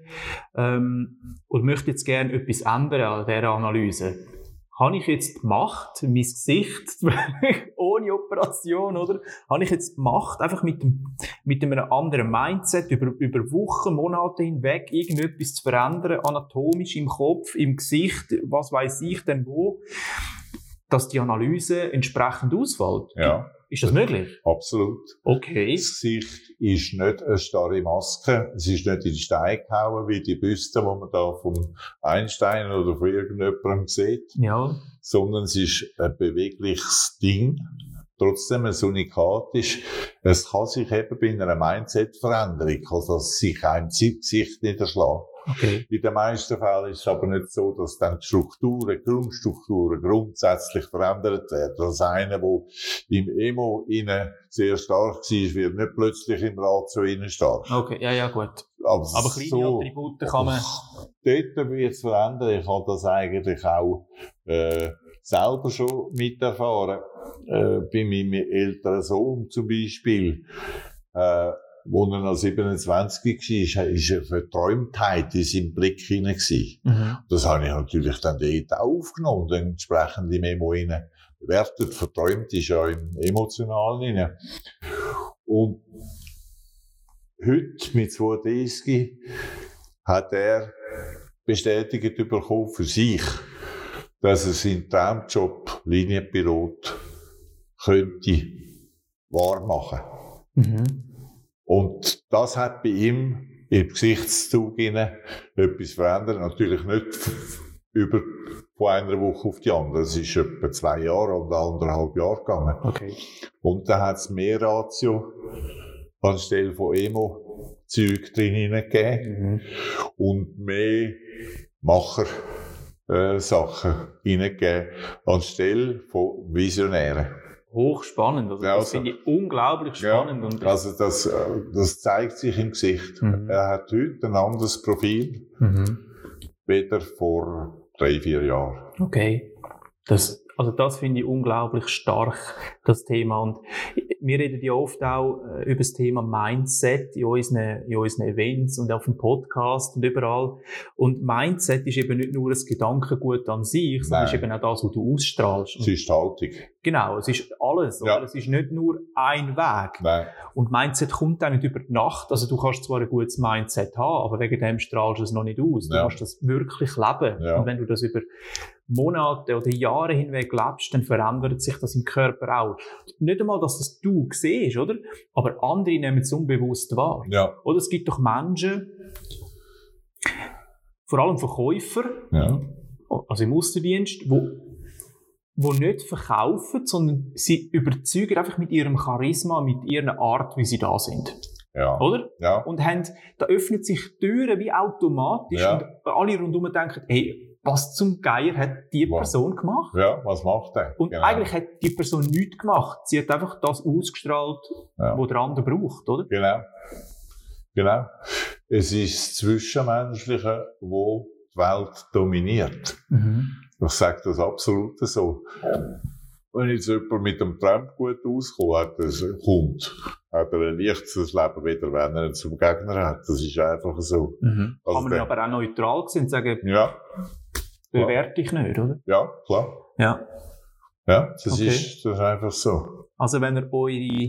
und möchte jetzt gerne etwas ändern an dieser Analyse. Habe ich jetzt die Macht, mein Gesicht, ohne Operation, oder? Habe ich jetzt die Macht, einfach mit einem anderen Mindset über Wochen, Monate hinweg irgendetwas zu verändern, anatomisch im Kopf, im Gesicht, was weiss ich denn wo? dass die Analyse entsprechend ausfällt? Ja. Ist das möglich? Absolut. Okay. Das Gesicht ist nicht eine starre Maske. Es ist nicht in Stein gehauen, wie die Büste, die man da vom Einstein oder von irgendjemandem sieht. Ja. Sondern es ist ein bewegliches Ding. Trotzdem ein Unikat ist. Es kann sich eben bei einer Mindset-Veränderung, also sich einem Gesicht niederschlagen. Okay. In den meisten Fällen ist es aber nicht so, dass dann die Grundstrukturen grundsätzlich verändert werden. Also einer, der im Emo innen sehr stark war, wird nicht plötzlich im Ratio innen stark. Okay, ja, gut. Aber kleine so, Attribute kann man... Dort wird es verändern. Ich habe das eigentlich auch selber schon miterfahren. Bei meinem älteren Sohn zum Beispiel, wo er noch 27 war, ist eine Verträumtheit in seinem Blick hinein. Das habe ich natürlich dann dort auch aufgenommen und entsprechend im Emo hinein bewertet. Verträumt ist ja im Emotionalen hinein. Und heute, mit 32, hat er bestätigt bekommen für sich, dass er seinen Traumjob Linienpilot könnte wahrmachen. Und das hat bei ihm im Gesichtszug etwas verändert. Natürlich nicht von einer Woche auf die andere. Es ist etwa 2 Jahre oder 1,5 Jahre gegangen. Okay. Und dann hat es mehr Ratio anstelle von Emo-Zeug drin hineingegeben. Und mehr Macher-Sachen hineingegeben anstelle von Visionären. Hochspannend. Also, ja, das finde ich unglaublich spannend. Ja, und also das zeigt sich im Gesicht. Er hat heute ein anderes Profil, weder vor 3-4 Jahren. Okay. Das finde ich unglaublich stark, das Thema. Und wir reden ja oft auch über das Thema Mindset in unseren Events und auf dem Podcast und überall. Und Mindset ist eben nicht nur ein Gedankengut an sich, sondern es ist eben auch das, was du ausstrahlst. Es ist die Haltung. Genau, es ist alles. Ja. Oder? Es ist nicht nur ein Weg. Nein. Und Mindset kommt auch nicht über die Nacht. Also du kannst zwar ein gutes Mindset haben, aber wegen dem strahlst du es noch nicht aus. Du musst das wirklich leben. Ja. Und wenn du das über Monate oder Jahre hinweg lebst, dann verändert sich das im Körper auch. Nicht einmal, dass das du siehst, oder? Aber andere nehmen es unbewusst wahr. Ja. Oder es gibt doch Menschen, vor allem Verkäufer, also im Außendienst, wo nicht verkaufen, sondern sie überzeugen einfach mit ihrem Charisma, mit ihrer Art, wie sie da sind. Ja. Oder? Ja. Und da öffnet sich Türen wie automatisch und alle rundherum denken, hey, was zum Geier hat die Person gemacht? Ja, was macht der? Und eigentlich hat die Person nichts gemacht. Sie hat einfach das ausgestrahlt, was der andere braucht, oder? Genau. Es ist das Zwischenmenschliche, wo die Welt dominiert. Ich sage das absolut so. Wenn jetzt jemand mit dem Trump gut auskommt, hat er ein leichteres Leben wieder, wenn er ihn zum Gegner hat. Das ist einfach so. Also kann man aber auch neutral sein und sagen, bewerte ich nicht, oder? Ja, klar. Ja. Ja, das ist einfach so. Also wenn ihr eure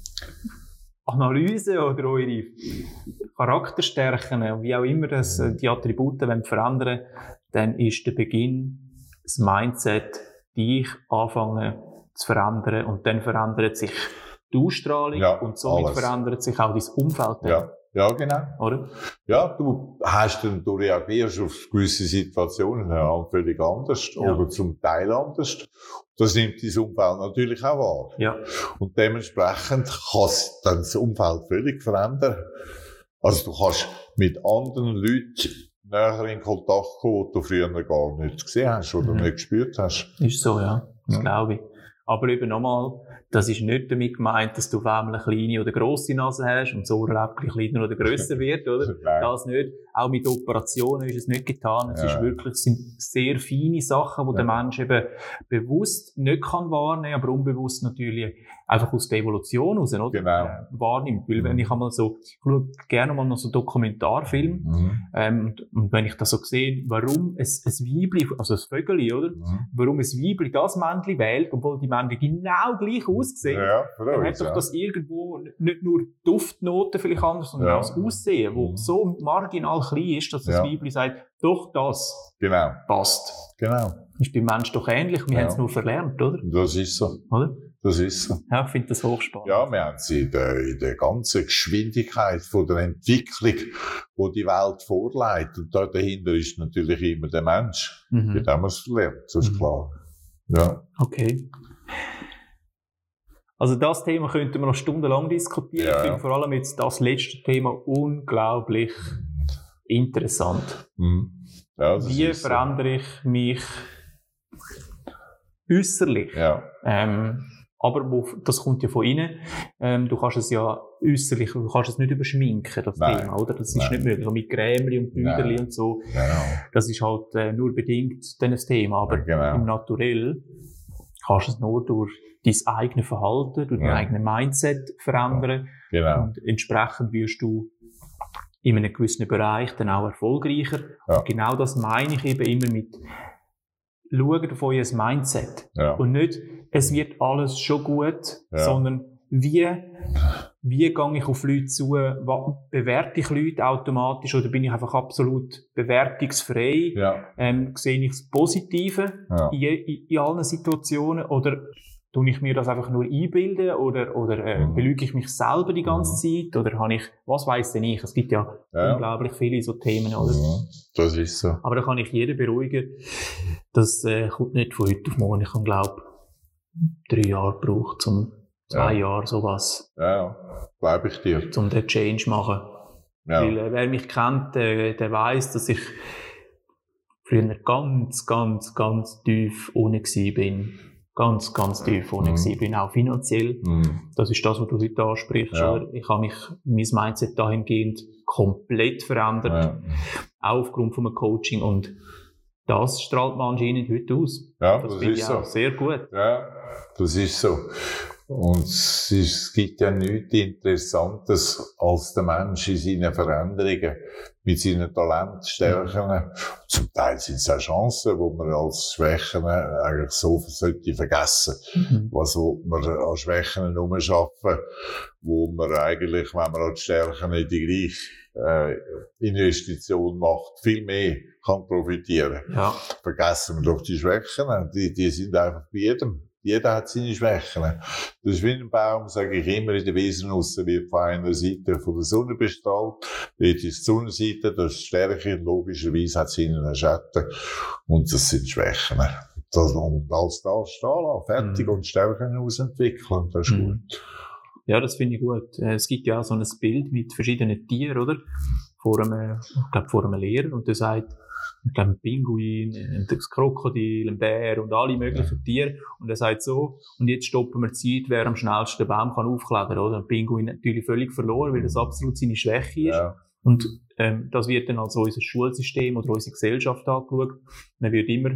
Analyse oder eure Charakterstärken, wie auch immer die Attribute verändern, dann ist der Beginn, das Mindset, dich anfangen zu verändern und dann verändert sich die Ausstrahlung und somit verändert sich auch dein Umfeld. Ja, genau. Oder? Ja, du reagierst auf gewisse Situationen völlig anders oder zum Teil anders. Das nimmt dein Umfeld natürlich auch wahr. Ja. Und dementsprechend kann es dann das Umfeld völlig verändern. Also du kannst mit anderen Leuten näher in Kontakt kommen, die du früher gar nicht gesehen hast oder nicht gespürt hast. Ist so, ja. Das glaube ich. Aber eben nochmal, das ist nicht damit gemeint, dass du auf einmal eine kleine oder grosse Nase hast und das Ohrläppchen kleiner oder grösser wird, oder? Das nicht. Auch mit Operationen ist es nicht getan. Es ist wirklich, es sind sehr feine Sachen, die der Mensch eben bewusst nicht kann wahrnehmen, aber unbewusst natürlich einfach aus der Evolution raus, oder? Genau. Wahrnimmt. Weil wenn ich einmal so, ich schaue gerne mal noch so Dokumentarfilme, und wenn ich das so sehe, warum ein Weibli, also ein Vögeli, oder? Warum ein Weibli das Männchen wählt, obwohl die Männchen genau gleich aussieht, dann hat doch das irgendwo nicht nur Duftnoten vielleicht anders, sondern auch das Aussehen, wo so marginal klein ist, dass das Weibchen sagt, doch das passt. Genau. Ist beim Menschen doch ähnlich, wir haben es nur verlernt, oder? Das ist so. Oder? Das ist so. Ja, ich finde das hochspannend. Ja, wir haben sie in der ganzen Geschwindigkeit von der Entwicklung, die die Welt vorleitet. Und da dahinter ist natürlich immer der Mensch. Mit dem wir es verlernt, das ist klar. Ja. Okay. Also das Thema könnten wir noch stundenlang diskutieren. Ich finde vor allem jetzt das letzte Thema unglaublich interessant. Ja, wie verändere ich mich äußerlich? Ja. Aber das kommt ja von innen. Du kannst es ja äußerlich, du kannst es nicht überschminken, das Thema, oder? Das ist nicht möglich. Mit Grämli und Büderli und so. Genau. Das ist halt nur bedingt dann das Thema. Aber im Naturell kannst du es nur durch dein eigenes Verhalten, durch dein eigenes Mindset verändern. Genau. Und entsprechend wirst du in einem gewissen Bereich dann auch erfolgreicher. Ja. Und genau das meine ich eben immer mit schauen auf euer Mindset. Ja. Und nicht, es wird alles schon gut, sondern wie gehe ich auf Leute zu, bewerte ich Leute automatisch oder bin ich einfach absolut bewertungsfrei? Sehe ich das Positive in allen Situationen oder tue ich mir das einfach nur einbilden oder belüge ich mich selber die ganze Zeit oder habe ich, was weiss denn ich? Es gibt ja unglaublich viele so Themen, oder? Das ist so. Aber da kann ich jeden beruhigen, das kommt nicht von heute auf morgen. Ich habe, glaube 3 Jahre gebraucht, 2 Jahre sowas. Ja, glaube ich dir. Um den Change zu machen. Ja. Weil wer mich kennt, der weiss, dass ich früher ganz, ganz, ganz tief ohne bin. Ganz, ganz tief ohne bin, auch finanziell. Das ist das, was du heute ansprichst. Oder? Ich habe mein Mindset dahingehend komplett verändert. Auch aufgrund von einem Coaching. Und das strahlt man anscheinend heute aus. Ja, das finde ich auch sehr gut. Ja, das ist so. Und es gibt ja nichts Interessantes als der Mensch in seinen Veränderungen, mit seinen Talentstärken. Zum Teil sind es auch Chancen, die man als Schwächen eigentlich so sollte vergessen. Was will man an Schwächen schaffen, wo man eigentlich, wenn man an die Stärken die gleiche Investition macht, viel mehr kann profitieren. Ja. Vergessen wir doch die Schwächen, die sind einfach bei jedem. Jeder hat seine Schwächen. Das ist wie ein Baum, sage ich immer, in der Wiese aussen wird von einer Seite von der Sonne bestrahlt. Dort ist die Sonnenseite, das ist Stärke, logischerweise hat sie einen Schatten. Und das sind Schwächen. Und als das stehen lassen, fertig und Stärken ausentwickeln, das ist gut. Ja, das finde ich gut. Es gibt ja auch so ein Bild mit verschiedenen Tieren, oder? Vor einem Lehrer, und der sagt, ich glaube, ein Pinguin, ein Krokodil, ein Bär und alle möglichen Tiere. Und er sagt so, und jetzt stoppen wir die Zeit, wer am schnellsten den Baum kann aufklettern, oder? Ein Pinguin natürlich völlig verloren, weil das absolut seine Schwäche ist. Ja. Und das wird dann als unser Schulsystem oder unsere Gesellschaft angeschaut. Dann wird immer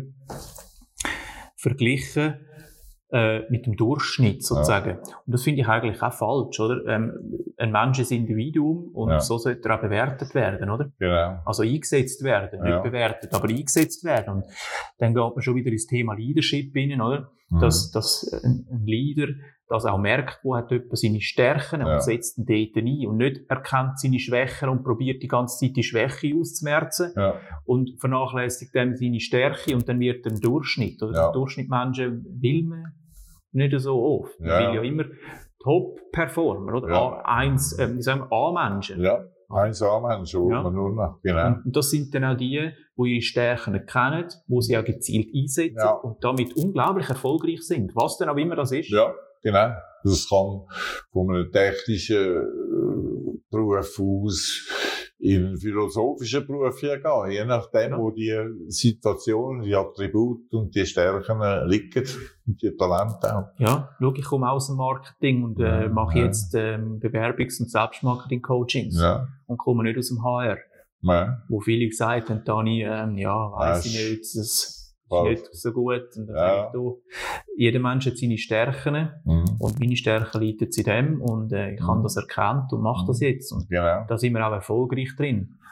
verglichen mit dem Durchschnitt sozusagen. Ja. Und das finde ich eigentlich auch falsch, oder? Ein Mensch ist Individuum und so sollte er auch bewertet werden, oder? Genau. Also eingesetzt werden, nicht bewertet, aber eingesetzt werden. Und dann geht man schon wieder ins Thema Leadership hinein, oder? Dass ein Leader das auch merkt, wo hat jemand seine Stärken und setzt ihn dort ein und nicht erkennt seine Schwächen und probiert die ganze Zeit die Schwäche auszumerzen und vernachlässigt dann seine Stärke und dann wird er ein Durchschnitt, oder? Der Durchschnittmenschen will man nicht so oft. Man will ja immer Top-Performer, oder? A-Menschen. Ja, 1A-Menschen, wo man nur noch, genau. Und das sind dann auch die ihre Stärken kennen, wo sie auch gezielt einsetzen und damit unglaublich erfolgreich sind. Was denn auch immer das ist. Ja, genau. Das kann von einem technischen Beruf aus in einen philosophischen Beruf gehen, je nachdem, wo die Situationen, die Attribute und die Stärken liegen und die Talente auch. Ja, schau, ich komme aus dem Marketing und mache jetzt Bewerbungs- und Selbstmarketing-Coachings und komme nicht aus dem HR. Wo viele gesagt haben, Dani, weiss ich nicht, das ist nicht so gut. Und dann jeder Mensch hat seine Stärken und meine Stärken liegen in dem und ich habe das erkannt und mache das jetzt. Und da sind wir auch erfolgreich drin.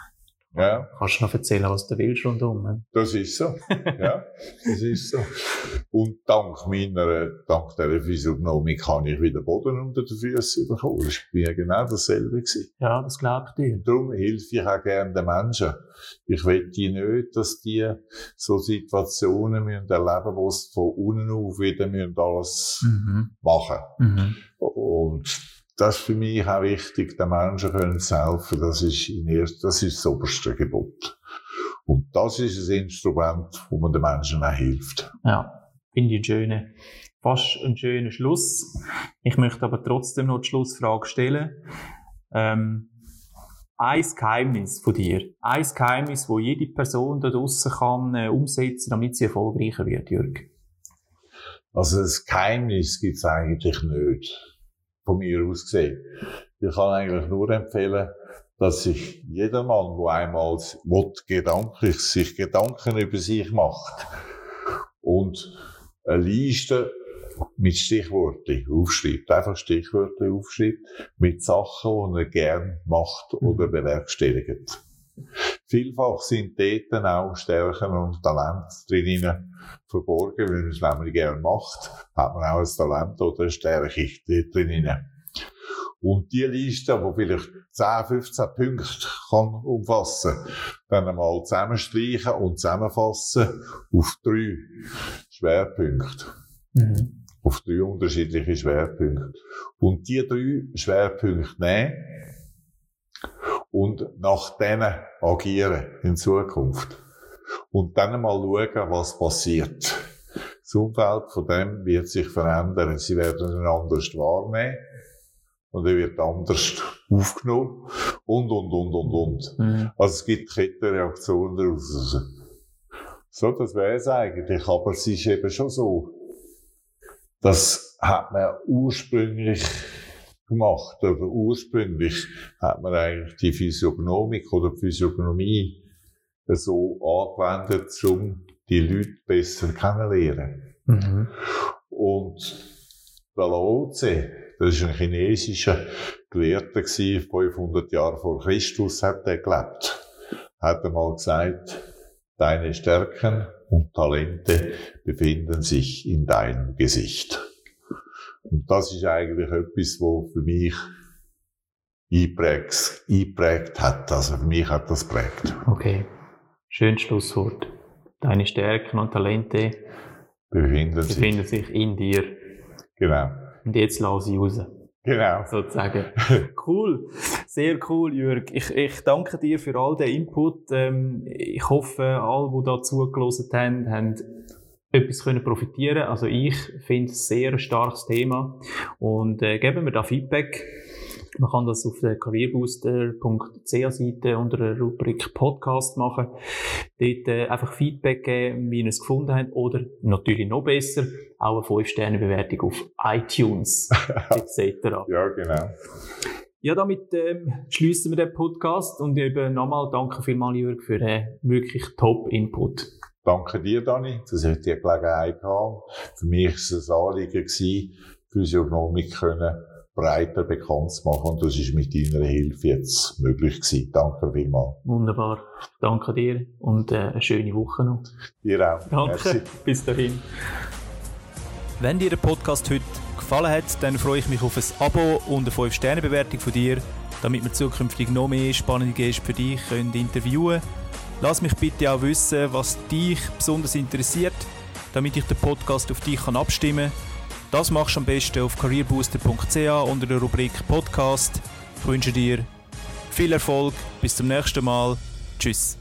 Ja. Kannst du noch erzählen, was du willst rundum? Das ist so. Ja, das ist so. Und dank dieser Physiognomik habe ich wieder Boden unter den Füßen bekommen. Das war genau dasselbe gewesen. Ja, das glaube ich dir. Darum helfe ich auch gerne den Menschen. Ich will nicht, dass die so Situationen erleben müssen, wo sie von unten auf wieder alles machen müssen. Und das ist für mich auch wichtig, den Menschen zu helfen. Das ist das oberste Gebot. Und das ist ein Instrument, wo man den Menschen auch hilft. Ja, finde ich fast einen schönen Schluss. Ich möchte aber trotzdem noch die Schlussfrage stellen. Ein Geheimnis von dir. Ein Geheimnis, das jede Person da draussen kann umsetzen, damit sie erfolgreicher wird, Jürg. Also ein Geheimnis gibt es eigentlich nicht. Von mir aus gesehen. Ich kann eigentlich nur empfehlen, dass sich jeder Mann, der einmal sich Gedanken über sich macht und eine Liste mit Stichworten aufschreibt, einfach Stichwörter aufschreibt, mit Sachen, die er gern macht oder bewerkstelligt. Vielfach sind dort auch Stärken und Talente drin verborgen. Wenn man es nämlich gerne macht, hat man auch ein Talent oder eine Stärke drin. Und die Liste, die vielleicht 10, 15 Punkte kann umfassen, dann einmal zusammenstreichen und zusammenfassen auf 3 Schwerpunkte. Auf 3 unterschiedliche Schwerpunkte. Und die 3 Schwerpunkte nehmen und nach denen agieren in Zukunft. Und dann mal schauen, was passiert. Das Umfeld von dem wird sich verändern. Sie werden ihn anders wahrnehmen. Und er wird anders aufgenommen. Und. Also es gibt Kettenreaktionen daraus. So, das wäre es eigentlich. Aber es ist eben schon so. Das hat man ursprünglich gemacht. Oder ursprünglich hat man eigentlich die Physiognomik oder Physiognomie so angewendet, um die Leute besser kennenzulernen. Und der Lao Tse, das war ein chinesischer Gelehrter, 500 Jahre vor Christus hat er gelebt. Hat einmal gesagt, deine Stärken und Talente befinden sich in deinem Gesicht. Und das ist eigentlich etwas, was für mich eingeprägt hat. Also für mich hat das geprägt. Okay. Schönes Schlusswort. Deine Stärken und Talente befinden sich in dir. Genau. Und jetzt lasse ich raus. Genau. Sozusagen. Cool. Sehr cool, Jürg. Ich danke dir für all den Input. Ich hoffe, alle, die da zugelassen haben etwas profitieren können. Also ich finde es sehr ein starkes Thema. Und geben wir da Feedback. Man kann das auf der careerbooster.ch-Seite unter der Rubrik Podcast machen. Dort einfach Feedback geben, wie ihr es gefunden habt. Oder natürlich noch besser, auch eine 5-Sterne-Bewertung auf iTunes etc. Ja, genau. Ja, damit schliessen wir den Podcast. Und eben nochmal danke vielmals, Jürg, für den wirklich Top-Input. Danke dir, Dani, dass ich die Gelegenheit hatte. Für mich war es ein Anliegen, Physiognomik breiter bekannt zu machen. Und das ist mit deiner Hilfe jetzt möglich gewesen. Danke vielmals. Wunderbar. Danke dir und eine schöne Woche noch. Dir auch. Danke. Merci. Bis dahin. Wenn dir der Podcast heute gefallen hat, dann freue ich mich auf ein Abo und eine 5-Sterne-Bewertung von dir, damit wir zukünftig noch mehr spannende Gäste für dich interviewen können. Lass mich bitte auch wissen, was dich besonders interessiert, damit ich den Podcast auf dich abstimmen kann. Das machst du am besten auf careerbooster.ch unter der Rubrik Podcast. Ich wünsche dir viel Erfolg, bis zum nächsten Mal. Tschüss.